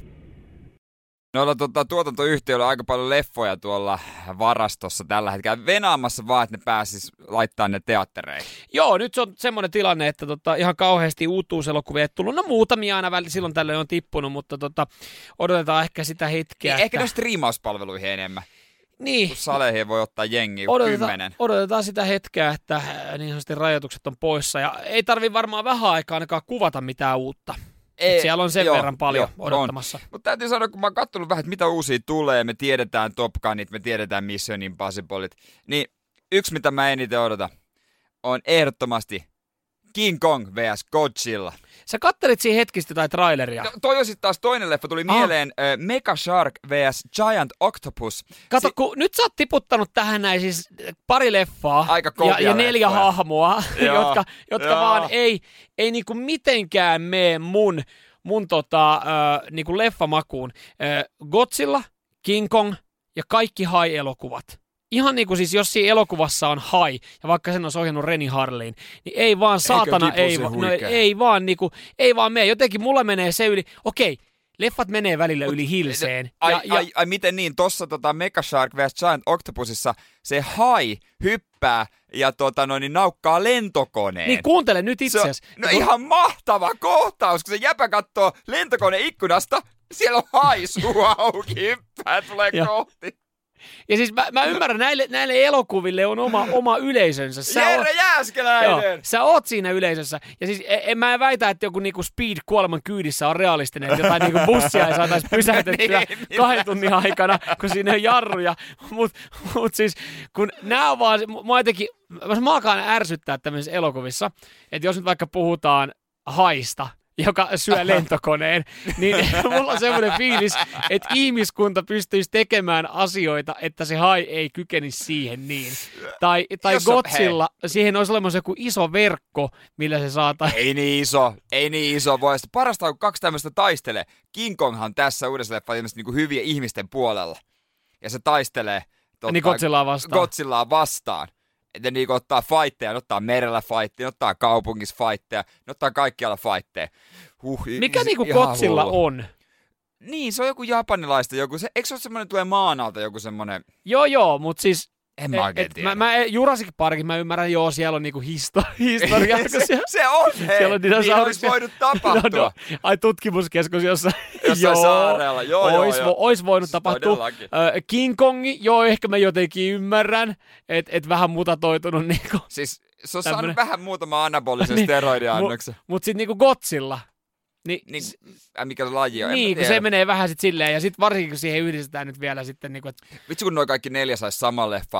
Noilla tuotantoyhtiöillä on aika paljon leffoja tuolla varastossa tällä hetkellä. Venaamassa vaan, että ne pääsis laittaa ne teattereihin. Joo, nyt se on semmoinen tilanne, että ihan kauheasti uutuuselokuvia ei tullut. No muutamia aina välillä silloin tällöin on tippunut, mutta odotetaan ehkä sitä hetkeä. Niin, ehkä ne striimauspalveluihin enemmän. Niin. Kun saleihin voi ottaa jengiä 10. Odotetaan sitä hetkeä, että niin sanotusti rajoitukset on poissa. Ja ei tarvi varmaan vähän aikaa ainakaan kuvata mitään uutta. Siellä on sen verran paljon odottamassa. Mutta täytyy sanoa, kun mä oon katsonut vähän, että mitä uusia tulee, me tiedetään Top Gunit, me tiedetään Mission Impossiblet, niin yksi, mitä mä eniten odotan, on ehdottomasti King Kong vs. Godzilla. Sä kattelit siinä hetkistä tai traileria. No, toi on sitten taas toinen leffa, tuli mieleen Mega Shark vs. Giant Octopus. Kato, kun nyt sä oot tiputtanut tähän näin siis pari leffaa aika ja 4 hahmoa, jotka vaan ei niinku mitenkään mene mun niinku leffamakuun. Godzilla, King Kong ja kaikki Hai-elokuvat. Ihan niin kuin siis, jos siinä elokuvassa on Hai, ja vaikka sen olisi ohjannut Renny Harlin, niin ei vaan saatana, ei vaan mene. Jotenkin mulla menee se yli, okei, leffat menee välillä yli hilseen. Ai miten niin, tossa Mega Shark vs. Giant Octopusissa se Hai hyppää ja niin naukkaa lentokoneen. Niin kuuntele nyt itseäsi. No ihan mahtava kohtaus, kun se jäpä kattoo lentokoneen ikkunasta, siellä on Hai suu auki, hyppää, tulee kohti. Ja siis mä ymmärrän, näille elokuville on oma yleisönsä. Jere Jääskeläinen! Sä oot siinä yleisössä. Ja siis mä väitä, että joku niinku Speed kuoleman kyydissä on realistinen, että jotain niinku bussia ei saataisi pysäytettyä 2 tunnin aikana, kun siinä on jarruja. Mut siis, kun nää on vaan, mua jotenkin, mä alkaan ärsyttää tämmöisissä elokuvissa, että jos nyt vaikka puhutaan Haista, joka syö lentokoneen, niin mulla on semmoinen fiilis, että ihmiskunta pystyisi tekemään asioita, että se Hai ei kykenisi siihen niin. Tai Godzilla, siihen olisi olemassa joku iso verkko, millä se saataisiin. Ei niin iso. Parasta on, kun 2 tämmöistä taistelee. King Konghan tässä uudessa leffassa niin hyvien ihmisten puolella. Ja se taistelee niin Godzillaa vastaan. Että ne ottaa fightteja, ne ottaa merellä fightteja, ne ottaa kaupungissa fightteja, ne ottaa kaikkialla fightteja. Mikä niinku Godzilla on? Niin, se on joku japanilaista, eikö se ole semmoinen, tulee maan alta joku semmoinen? Joo, mutta siis en mä oikein tiedä. Jurassic Parkin mä ymmärrän, siellä on niinku historia. se on, hei! Siellä on niin olisi voinut tapahtua. Ai tutkimuskeskus jossain saarella, Ois voinut tapahtua. King Kongi, ehkä mä jotenkin ymmärrän, että vähän mutatoitunut niinku. Siis se on saanut vähän muutama anabolisen steroidiannoksen. Mut sit niinku Godzilla. Niin, mikä se laji on? Niin, kun se menee vähän sit silleen, ja sit varsinkin kun siihen yhdistetään nyt vielä sitten niinku, että vitsi kun noi kaikki 4 sais sama leffa,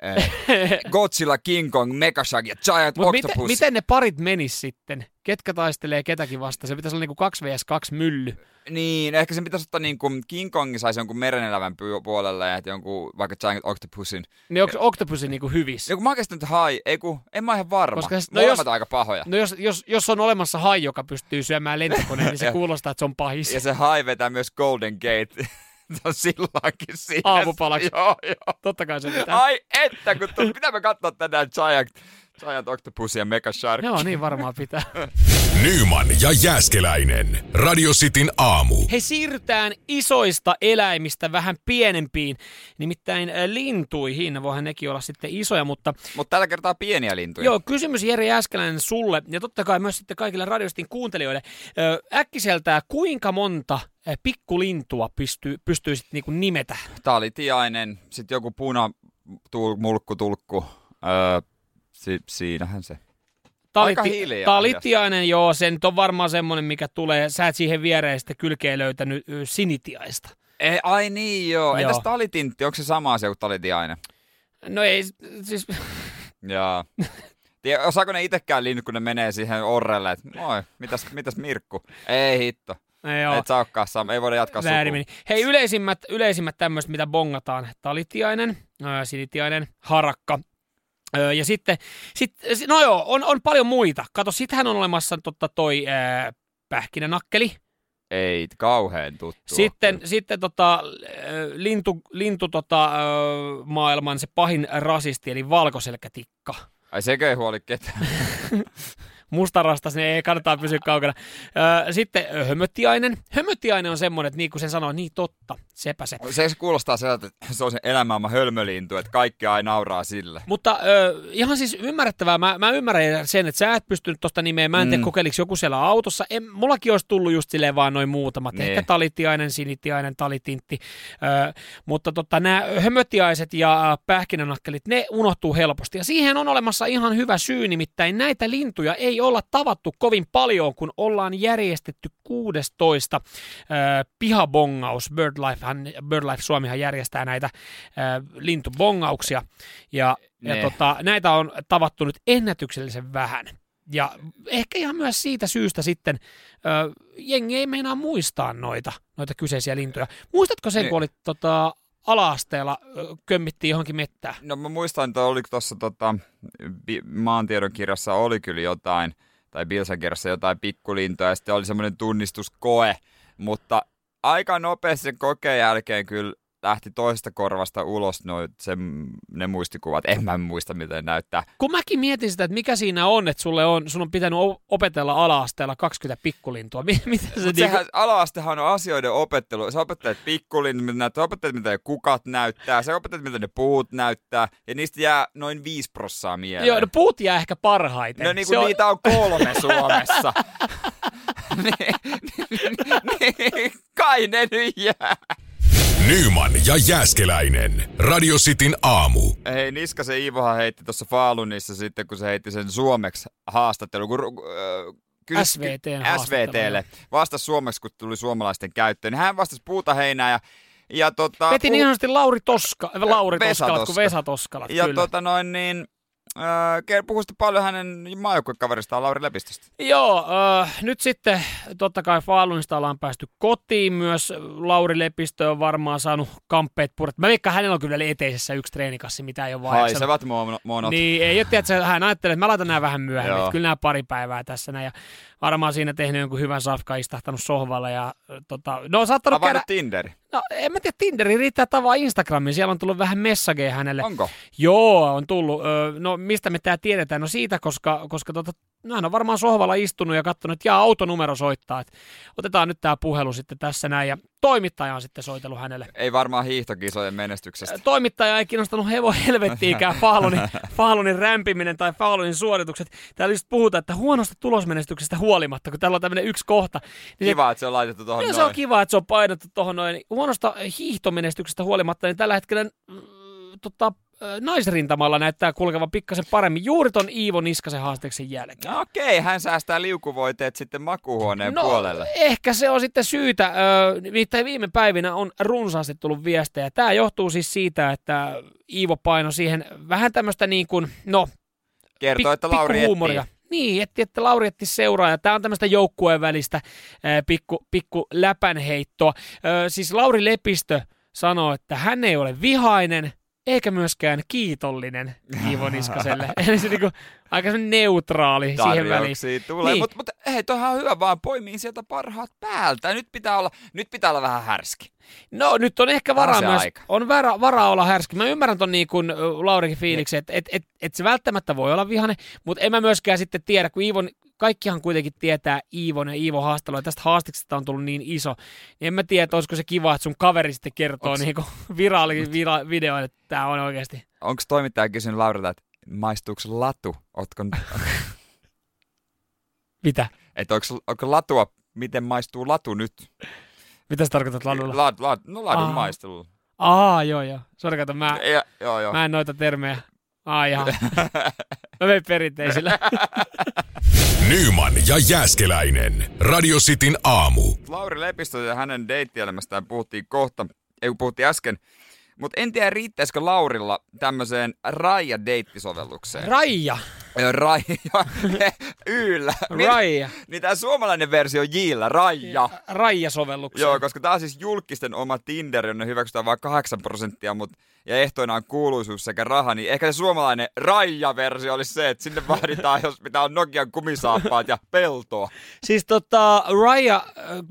Godzilla, King Kong, Mega Shark ja Giant Octopus. Miten ne parit menis sitten? Ketkä taistelee ketäkin vastaan? Se pitäisi olla niinku 2 vs 2 mylly. Niin, ehkä sen pitäisi ottaa niinku King Kongin saisi jonkun merenelävän puolelle ja jonkun vaikka Giant Octopusin. Niin onko Octopusin niinku hyvissä? Joku mä oikeastaan nyt en mä ole ihan varma. Koska molemmat aika pahoja. No jos on olemassa hai, joka pystyy syömään lentokoneen, niin se kuulostaa, että se on pahis. Ja se hai vetää myös Golden Gate. Se on silloinkin siinä. Aamupalaksi. Joo. Totta kai se pitää. Ai että, kun pitää me katsoa tänään Giant Octopus ja Mega Shark. Joo, niin varmaan pitää. Nyman ja Jääskeläinen. Radio Cityn aamu. Hei, siirrytään isoista eläimistä vähän pienempiin, nimittäin lintuihin. Voihan nekin olla sitten isoja, mutta... Mutta tällä kertaa pieniä lintuja. Joo, kysymys Jere Jääskeläinen sulle, ja totta kai myös sitten kaikille Radio Cityn kuuntelijoille. Äkkiseltään, kuinka monta pikkulintua pystyisit niinku nimetä? Talitiainen, sitten joku mulkkutulkku. Siinähän se. Aika hiljaa. Talitiainen, joo, se nyt on varmaan semmoinen, mikä tulee. Sä et siihen viereen sitten kylkeen löytänyt sinitiaista. Ai niin, joo. Entäs talitintti, onko se sama asia kuin talitiainen? No ei, siis... Jaa. Osaako ne itsekään linnut, kun ne menee siihen orrelle, että moi, mitäs Mirkku? Ei hitto. Et saakaan ei voida jatkaa sukua. Hei, yleisimmät tämmöiset, mitä bongataan. Talitiainen, sinitiainen, harakka. Ja sitten no joo, on paljon muita. Kato, sittenhän on olemassa toi pähkinänakkeli. Ei, kauhean tuttu. Sitten lintu maailman se pahin rasisti, eli valkoselkätikka. Ai sekö ei huoli ketään? Mustarastas, niin ei kannattaa pysyä kaukana. Sitten hömötiainen. Hömötiainen on semmoinen, että niin kuin sen sanoo, niin totta, sepä se. Se kuulostaa sieltä, että se on se elämäämä hölmölintu, että kaikki aina nauraa sille. Mutta ihan siis ymmärrettävää. Mä ymmärrän sen, että sä et pystynyt tosta nimeä. Mä en tiedä kokeiliksi joku siellä autossa. Mullakin olisi tullut just silleen vaan noin muutamat. Niin. Ehkä talitiainen, sinitiainen, talitintti. Mutta nämä hömötiaiset ja pähkinänakkelit, ne unohtuu helposti. Ja siihen on olemassa ihan hyvä syy, nimittäin näitä lintuja ei olla tavattu kovin paljon, kun ollaan järjestetty 16 pihabongaus. BirdLife Suomihan järjestää näitä lintubongauksia, ja näitä on tavattu nyt ennätyksellisen vähän. Ja ehkä ihan myös siitä syystä sitten jengi ei meinaa muistaa noita kyseisiä lintuja. Muistatko sen, kun olit ala-asteella kömmittiin johonkin mettään? No mä muistan, että oliko tuossa maantiedon kirjassa oli kyllä jotain, tai Bilsan kirjassa jotain pikkulintoja, ja sitten oli semmoinen tunnistuskoe, mutta aika nopeasti sen kokeen jälkeen kyllä lähti toisesta korvasta ulos ne muistikuvat. En mä muista, miten näyttää. Kun mäkin mietin sitä, että mikä siinä on, että sun on pitänyt opetella ala-asteella 20 pikkulintua. Sehän ala-astehan on asioiden opettelu. Sä opettelet pikkulinnut, mitä näyttää, opettelet, mitä ne kukat näyttää, sä opettelet, mitä ne puut näyttää, ja niistä jää noin 5% mieleen. Joo, no puut jää ehkä parhaiten. No niin kuin niitä on 3 Suomessa. Kai ne nyt jää. Nyman ja Jääskeläinen. Radio Cityn aamu. Hei, Niskasen Iivohan heitti tuossa Falunissa sitten, kun se heitti sen suomeksi haastattelun. SVT:lle. Vastasi suomeksi, kun tuli suomalaisten käyttöön. Niin hän vastasi puuta heinää ja veti niin sanotusti Toskalat kuin Vesa Toskalat. Ja puhui paljon hänen maajoukkuekaveristaan Lauri Lepistöstä. Joo, nyt sitten totta kai Falunista ollaan päästy kotiin myös. Lauri Lepistö on varmaan saanut kamppeet puret. Mä veikkaan, hänellä on kyllä eteisessä yksi treenikassi, mitä ei ole vaan. Haisevat monot. Niin, ei ole tiedä, että hän ajattelee, että mä laitan nämä vähän myöhemmin. Kyllä nämä pari päivää tässä näin. Ja varmaan siinä tehnyt jonkun hyvän safka, istahtanut sohvalle ja no saattanut käydä... Tinderi. No, en mä tiedä, Tinderi riittää tavaa Instagramiin. Siellä on tullut vähän messageja hänelle. Onko? Joo, on tullut. No, mistä me tää tiedetään? No siitä, koska hän on varmaan sohvalla istunut ja katsonut, että autonumero soittaa. Että otetaan nyt tää puhelu sitten tässä näin. Ja toimittaja on sitten soitellut hänelle. Ei varmaan hiihtokisojen menestyksestä. Toimittaja ei kiinnostanut hevon helvettiikään Falunin rämpiminen tai Falunin suoritukset. Täällä just puhutaan, että huonosta tulosmenestyksestä huolimatta, kun täällä on tämmöinen yksi kohta. Niin kiva, että se on laitettu tuohon noin. Se on kiva, että se on painettu tuohon noin. Huonosta hiihtomenestyksestä huolimatta, niin tällä hetkellä naisrintamalla näyttää kulkevan pikkasen paremmin juuri ton Iivo Niskasen haasteeksen jälkeen. No okei, hän säästää liukuvoiteet sitten makuuhuoneen puolelle. Ehkä se on sitten syytä. Nimittäin viime päivinä on runsaasti tullut viestejä. Tämä johtuu siis siitä, että Iivo paino siihen vähän tämmöistä niin kuin, kertoo, että Lauri etsii. Niin, että Lauri etti seuraaja. Tämä on tämmöistä joukkueen välistä pikku läpänheittoa. Siis Lauri Lepistö sanoo, että hän ei ole vihainen eikä myöskään kiitollinen Iivo Niskaselle. Eli se niinku aika neutraali siihen väliin. Tulee, niin. Mutta hei, toihan on hyvä vaan poimii sieltä parhaat päältä. Nyt pitää olla vähän härski. No nyt on ehkä varaa myös, on varaa olla härski. Mä ymmärrän ton niin kuin Laurikin fiiliksen, että se välttämättä voi olla vihane, mutta en mä myöskään sitten tiedä, kun kaikkihan kuitenkin tietää Iivon ja Iivon haastelua, ja tästä haastiksesta on tullut niin iso, niin en mä tiedä, että olisiko se kiva, että sun kaveri sitten kertoo niin kuin videoon, että tää on oikeasti. Onko toimittaja kysynyt Laurilta, että maistuuko latu? Mitä? Että onko latua, miten maistuu latu nyt? Mitä sä tarkoitat ladulla? Ladun maistelulla. Joo. Sori, kato, mä en noita termejä. Jaha. Mä vein perinteisillä. Nyman ja Jääskeläinen. Radio Cityn aamu. Lauri Lepistö ja hänen deittielämästään puhuttiin äsken. Mutta en tiedä, riittäisikö Laurilla tämmöiseen Raija-deittisovellukseen. Raija? Yllä. Raija. Niin tää suomalainen versio Jillä, Raija. Raija-sovellukseen. Joo, koska tää on siis julkisten oma Tinder, jonne hyväksytään vain 8%, ja ehtoina on kuuluisuus sekä raha, niin ehkä se suomalainen Raija-versio olisi se, että sinne vaaditaan, jos pitää on Nokian kumisaappaat ja peltoa. Siis Raija,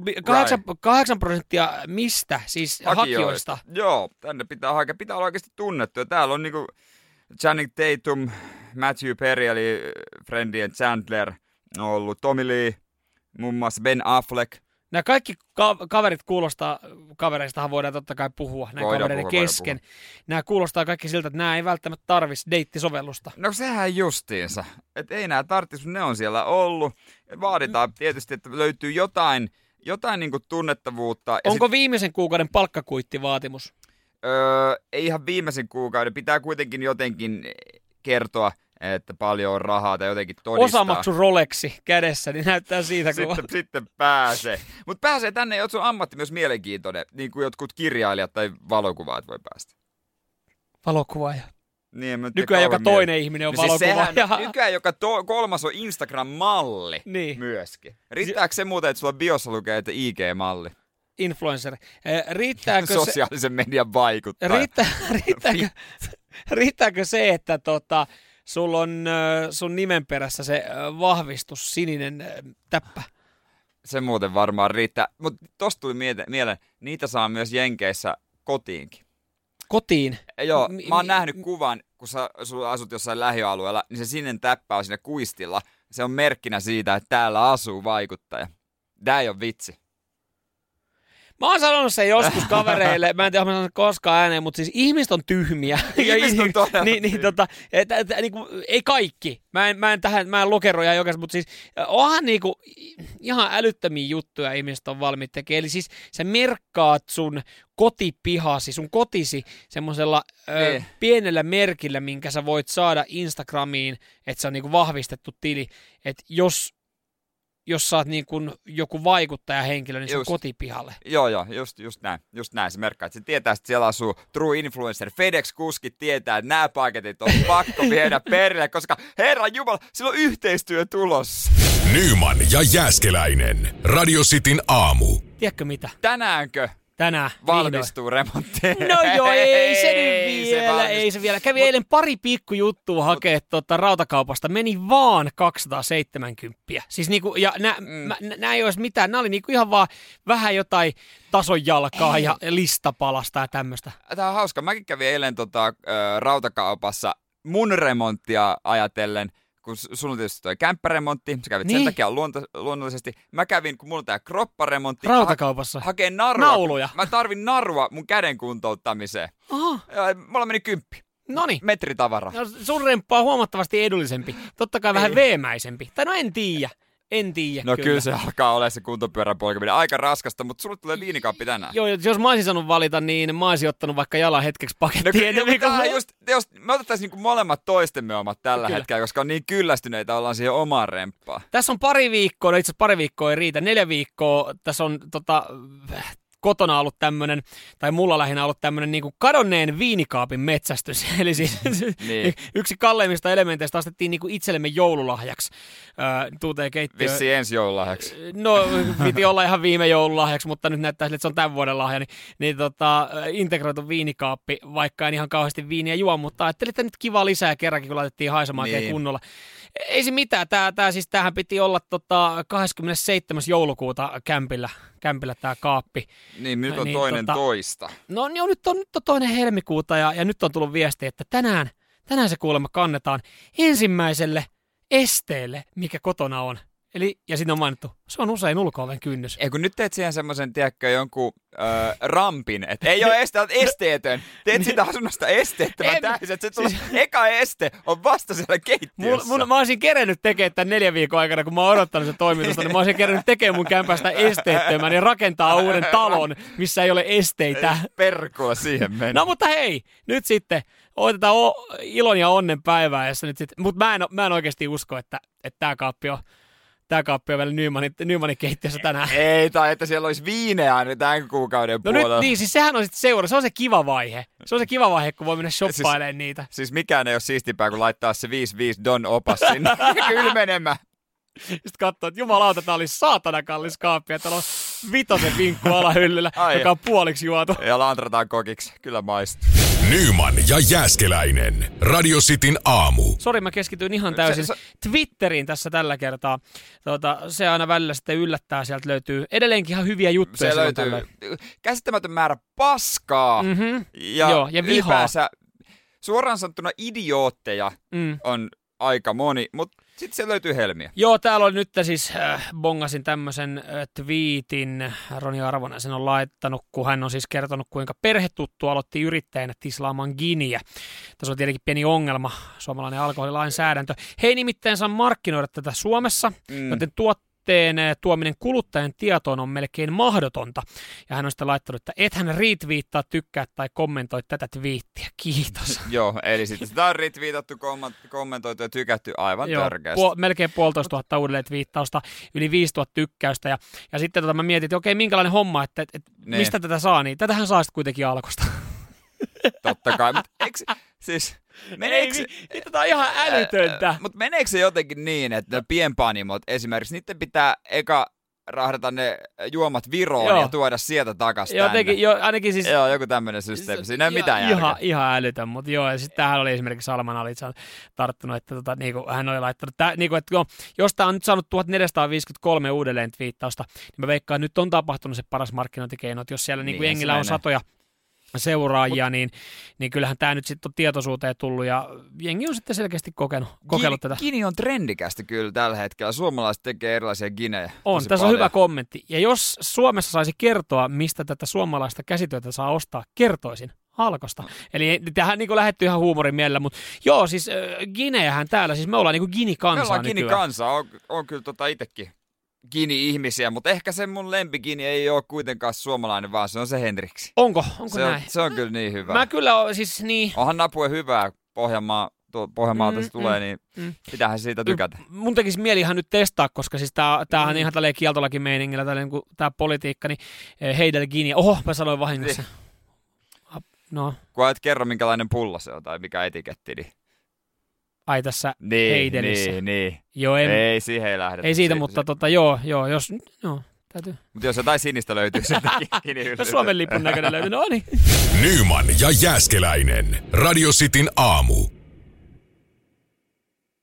8% mistä? Siis hakijoista? Joo, tänne pitää olla oikeasti tunnettu. Ja täällä on niinku Channing Tatum, Matthew Perry, eli Friendly and Chandler, on ollut Tommy Lee, muun muassa Ben Affleck. Nämä kaikki kaverit kuulostaa, kavereistahan voidaan totta kai puhua näin kavereiden kesken. Nämä kuulostaa kaikki siltä, että nämä ei välttämättä tarvitsisi deittisovellusta. No sehän justiinsa. Että ei nämä tarvitsisi, ne on siellä ollut. Vaaditaan tietysti, että löytyy jotain niinku tunnettavuutta. Onko viimeisen kuukauden palkkakuittivaatimus? Ei ihan viimeisen kuukauden. Pitää kuitenkin jotenkin kertoa, että paljon on rahaa tai jotenkin todistaa. Osamaksu Rolexi kädessä, niin näyttää siitä sitten pääsee. Mutta pääsee tänne, jos on ammatti myös mielenkiintoinen, niin kuin jotkut kirjailijat tai valokuvaajat voi päästä. Valokuvaaja. Niin, nykyään joka toinen ihminen on valokuvaaja. Nykyään joka kolmas on Instagram-malli myöskin. Riittääkö se muuten, että sulla biossa lukee, että IG-malli? Influencer. Riittääkö sosiaalisen median vaikuttaja. Riittääkö se, että sulla on sun nimen perässä se vahvistus, sininen täppä? Se muuten varmaan riittää. Mutta tosta tuli mieleen, niitä saa myös Jenkeissä kotiinkin. Kotiin? Joo, mä oon nähnyt kuvan, kun sulla asut jossain lähialueella, niin se sininen täppä on siinä kuistilla. Se on merkkinä siitä, että täällä asuu vaikuttaja. Tää ei ole vitsi. Mä oon sanonut sen joskus kavereille, mä en tiedä, mä sanon koskaan ääneen, mutta siis ihmiset on tyhmiä. Ihmiset on todella niinku, ei kaikki. Mä en lokeroja jokaisen, mutta siis onhan niinku ihan älyttömiä juttuja ihmiset on valmiit tekemään. Eli siis sä merkkaat sun kotipihasi, sun kotisi semmoisella pienellä merkillä, minkä sä voit saada Instagramiin, että se on niinku vahvistettu tili, että jos sä oot niin kuin joku vaikuttajahenkilö, niin sun kotipihalle. Joo, just näin se merkkaa. Että se tietää, että siellä asuu true influencer. FedEx-kuskit tietää, että nämä paketit on pakko viedä perille, koska herran jumala, sillä on yhteistyö tulossa. Nyman ja Jääskeläinen. Radio Cityn aamu. Tiedätkö mitä? Tänäänkö? Tänään. Valmistuu remontti. No joo, ei se vielä. Kävi eilen pari pikkujuttua hakea rautakaupasta. Meni vaan 270. Siis niinku, ja nää ei olisi mitään. Nää oli niinku ihan vaan vähän jotain tasojalkaa ja listapalasta ja tämmöistä. Tää on hauska. Mäkin kävin eilen rautakaupassa mun remonttia ajatellen. Kun sulla on tietysti toi kämppäremontti, sä kävit sen takia luonnollisesti. Mä kävin, kun mulla on tää kropparemontti. Rautakaupassa. Hakee narua. Nauluja. Mä tarvin narua mun käden kuntouttamiseen. Aha. Mulla meni 10. Noniin. Metritavara. No, sun remppa on huomattavasti edullisempi. Totta kai vähän veemäisempi. Tai no en tiedä. En tiedä. No kyllä se alkaa olla se kuntopyörän polkeminen aika raskasta, mutta sulle tulee viinikaappi tänään. Joo, jos mä olisin saanut valita, niin mä olisin ottanut vaikka jalan hetkeksi pakettiin. Jos me otettaisiin niinku molemmat toistemme omat tällä hetkellä, koska on niin kyllästyneitä, ollaan siihen omaan remppaan. Tässä on pari viikkoa, no itse asiassa pari viikkoa ei riitä, 4 viikkoa, tässä on kotona ollut tämmönen, tai mulla lähinnä ollut tämmönen niinku kadonneen viinikaapin metsästys. Eli siis niin. Yksi kalleimmista elementeistä astettiin niinku itsellemme joululahjaksi. Tuuteen keittiöön. Vissiin ensi joululahjaksi. No, piti olla ihan viime joululahjaksi, mutta nyt näyttää sille, että se on tämän vuoden lahja. Niin integroitu viinikaappi, vaikka en ihan kauheasti viiniä juo, mutta ajattelin, että nyt kiva lisää kerrankin, kun laitettiin haisemaan niin. Kunnolla. Ei se mitään. Tämähän piti olla 27. joulukuuta kämpillä tämä kaappi. Niin, nyt on toinen toista. No joo, nyt on toinen helmikuuta ja nyt on tullut viesti, että tänään se kuulemma kannetaan ensimmäiselle esteelle, mikä kotona on. Eli, ja siinä on mainittu, se on usein ulko-oven kynnys. Ei kun nyt teet siihen semmoisen, tiedätkö, jonkun rampin, että ei ole esteetön. Teet sitä asunnosta esteettömän täysin, että se tulee eka este on vasta siellä keittiössä. Mä olisin kerennyt tekemään tämän 4 viikon aikana, kun mä oon odottanut sen toimitusta, niin mä olisin kerennyt tekemään mun kämpästä esteettömän ja rakentaa uuden talon, missä ei ole esteitä. Ei perkula siihen mennä. No mutta hei, nyt sitten otetaan ilon ja onnen päivää, mutta mä en oikeasti usko, että tämä kaappi on vielä Nymanin keittiössä tänään. Ei, tai että siellä olisi viineä nyt tämän kuukauden puolella. Nyt, niin, siis sehän on sitten seura. Se on se kiva vaihe. Se on se kiva vaihe, kun voi mennä shoppailemaan niitä. Siis mikään ei ole siistipää, kun laittaa se 5-5 Don opas sinne kylmenemään. Sitten katsoo, että jumalauta, tää oli saatana kallis kaappi, että täällä on 5 vinkku alahyllyllä, joka on puoliksi juotu. Ja lantrataan kokiksi. Kyllä maistuu. Nyman ja Jääskeläinen. Radio Cityn aamu. Sori, mä keskityin ihan täysin Twitteriin tässä tällä kertaa. Se aina välillä sitten yllättää. Sieltä löytyy edelleenkin ihan hyviä juttuja. Se löytyy käsittämätön määrä paskaa. Mm-hmm. Ja vihaa. Suoraan sanottuna idiootteja on aika moni, mutta sitten se löytyy helmiä. Joo, täällä oli nyt siis, bongasin tämmöisen twiitin, Roni Arvonen sen on laittanut, kun hän on siis kertonut, kuinka perhetuttu aloitti yrittäjänä tislaamaan giniä. Tässä on tietenkin pieni ongelma, suomalainen alkoholilainsäädäntö. He ei nimittäin saa markkinoida tätä Suomessa, joten tuotteen tuominen kuluttajan tietoon on melkein mahdotonta. Ja hän on sitten laittanut, että ethän retweettaa, tykkää tai kommentoi tätä twiittiä. Kiitos. Joo, eli sitten sitä on retweetattu, kommentoitu ja tykätty aivan törkeästi. Melkein 1,500 uudelleen twiittausta, yli 5,000 tykkäystä. Ja sitten mä mietin, että okei, minkälainen homma, että mistä tätä saa, niin tätähän saa sitten kuitenkin Alkosta. Totta kai, mutta eikö siis... Tämä on ihan älytöntä. Mutta meneekö se jotenkin niin, että ne pienpanimot esimerkiksi, niiden pitää eka rahdata ne juomat Viroon ja tuoda sieltä takaisin tänne? Ainakin siis... Joo, joku tämmöinen systeemi. Siinä ei ole mitään järkeä. Ihan älytön, mutta joo, ja sitten tämähän oli esimerkiksi Salman Alitsan tarttunut, että niinku, hän oli laittanut, niinku, että jos tämä on nyt saanut 1453 uudelleen twiittausta, niin mä veikkaan, että nyt on tapahtunut se paras markkinointikeino, että jos siellä niinku jengillä on satoja seuraajia, niin kyllähän tämä nyt sitten on tietoisuuteen tullut ja jengi on sitten selkeästi kokeillut tätä. Gini on trendikästä kyllä tällä hetkellä. Suomalaiset tekee erilaisia ginejä. On, tässä on hyvä kommentti. Ja jos Suomessa saisi kertoa, mistä tätä suomalaista käsityötä saa ostaa, kertoisin Alkosta. Eli tähän niin lähdetty ihan huumorin mielellä, mutta joo, siis ginejähän täällä, siis me ollaan niin gini-kansaa. Me ollaan gini-kansaa, on kyllä itsekin Gini-ihmisiä, mutta ehkä se mun lempigini ei ole kuitenkaan suomalainen, vaan se on se Henriksi. Onko näin? Se on kyllä niin hyvä. Mä kyllä siis niin... Onhan Napue hyvää, Pohjanmaalta se tulee, niin pitäähän siitä tykätä. Mun tekisi mieli ihan nyt testaa, koska siis tämähän ihan tälleen kieltolakin meiningillä, tälleen kuin tää politiikka, niin heidelle gini. Oho, mä sanoin vahingossa. No. Kun et kerro, minkälainen pullo se on tai mikä etiketti, niin... Ai tässä Heidelissä. Niin. Joo, ei siihen ei lähdetä. Ei siitä, mutta täytyy. Mutta jos jotain sinistä löytyy, se jos Suomen lipun näköinen löytyy, no niin. Nyman ja Jääskeläinen. Radio Cityn aamu.